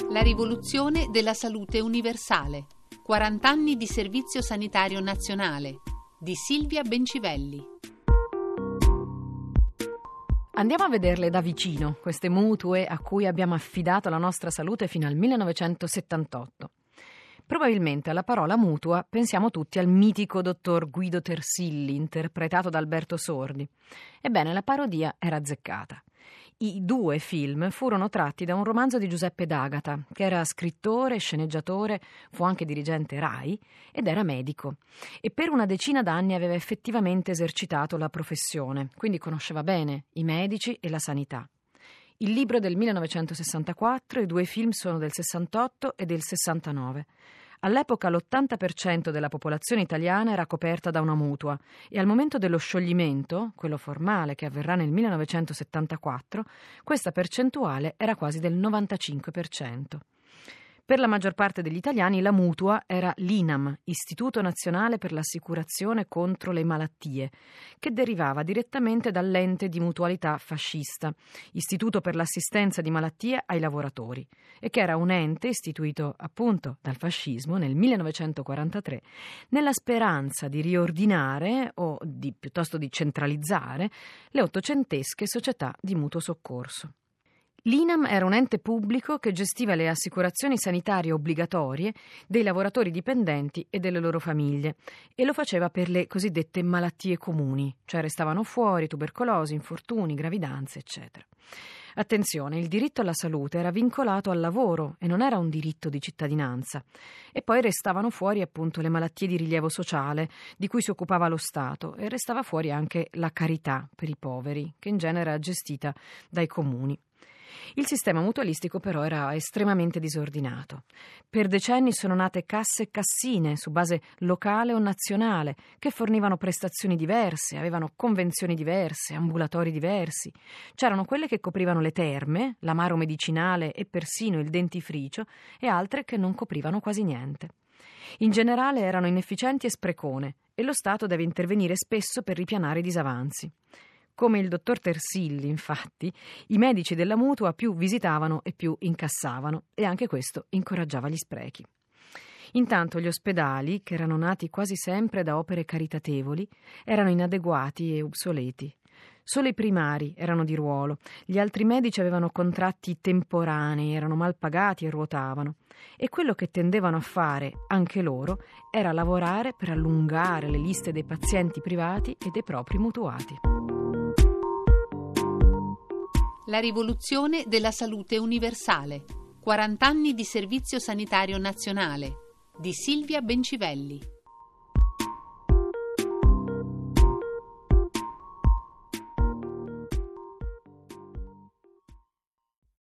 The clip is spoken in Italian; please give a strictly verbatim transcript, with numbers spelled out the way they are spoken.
La rivoluzione della salute universale. quaranta anni di servizio sanitario nazionale di Silvia Bencivelli. Andiamo a vederle da vicino, queste mutue a cui abbiamo affidato la nostra salute fino al millenovecentosettantotto. Probabilmente alla parola mutua pensiamo tutti al mitico dottor Guido Tersilli, interpretato da Alberto Sordi. Ebbene, la parodia era azzeccata. I due film furono tratti da un romanzo di Giuseppe D'Agata, che era scrittore, sceneggiatore, fu anche dirigente RAI ed era medico. E per una decina d'anni aveva effettivamente esercitato la professione, quindi conosceva bene i medici e la sanità. Il libro è del millenovecentosessantaquattro, i due film sono del sessantotto e del sessantanove. All'epoca l'ottanta per cento della popolazione italiana era coperta da una mutua e al momento dello scioglimento, quello formale che avverrà nel millenovecentosettantaquattro, questa percentuale era quasi del novantacinque per cento. Per la maggior parte degli italiani la mutua era l'I N A M, Istituto Nazionale per l'Assicurazione contro le Malattie, che derivava direttamente dall'ente di mutualità fascista, Istituto per l'Assistenza di Malattie ai Lavoratori, e che era un ente istituito appunto dal fascismo nel millenovecentoquarantatré, nella speranza di riordinare o di piuttosto di centralizzare le ottocentesche società di mutuo soccorso. L'I N A M era un ente pubblico che gestiva le assicurazioni sanitarie obbligatorie dei lavoratori dipendenti e delle loro famiglie e lo faceva per le cosiddette malattie comuni, cioè restavano fuori tubercolosi, infortuni, gravidanze, eccetera. Attenzione, il diritto alla salute era vincolato al lavoro e non era un diritto di cittadinanza. E poi restavano fuori appunto le malattie di rilievo sociale di cui si occupava lo Stato e restava fuori anche la carità per i poveri, che in genere era gestita dai comuni. Il sistema mutualistico però era estremamente disordinato. Per decenni sono nate casse e cassine su base locale o nazionale che fornivano prestazioni diverse, avevano convenzioni diverse, ambulatori diversi. C'erano quelle che coprivano le terme, l'amaro medicinale e persino il dentifricio e altre che non coprivano quasi niente. In generale erano inefficienti e sprecone e lo Stato deve intervenire spesso per ripianare i disavanzi. Come il dottor Tersilli, infatti, i medici della mutua più visitavano e più incassavano, e anche questo incoraggiava gli sprechi. Intanto gli ospedali, che erano nati quasi sempre da opere caritatevoli, erano inadeguati e obsoleti. Solo i primari erano di ruolo, gli altri medici avevano contratti temporanei, erano mal pagati e ruotavano. E quello che tendevano a fare, anche loro, era lavorare per allungare le liste dei pazienti privati e dei propri mutuati. La rivoluzione della salute universale. quaranta anni di servizio sanitario nazionale di Silvia Bencivelli.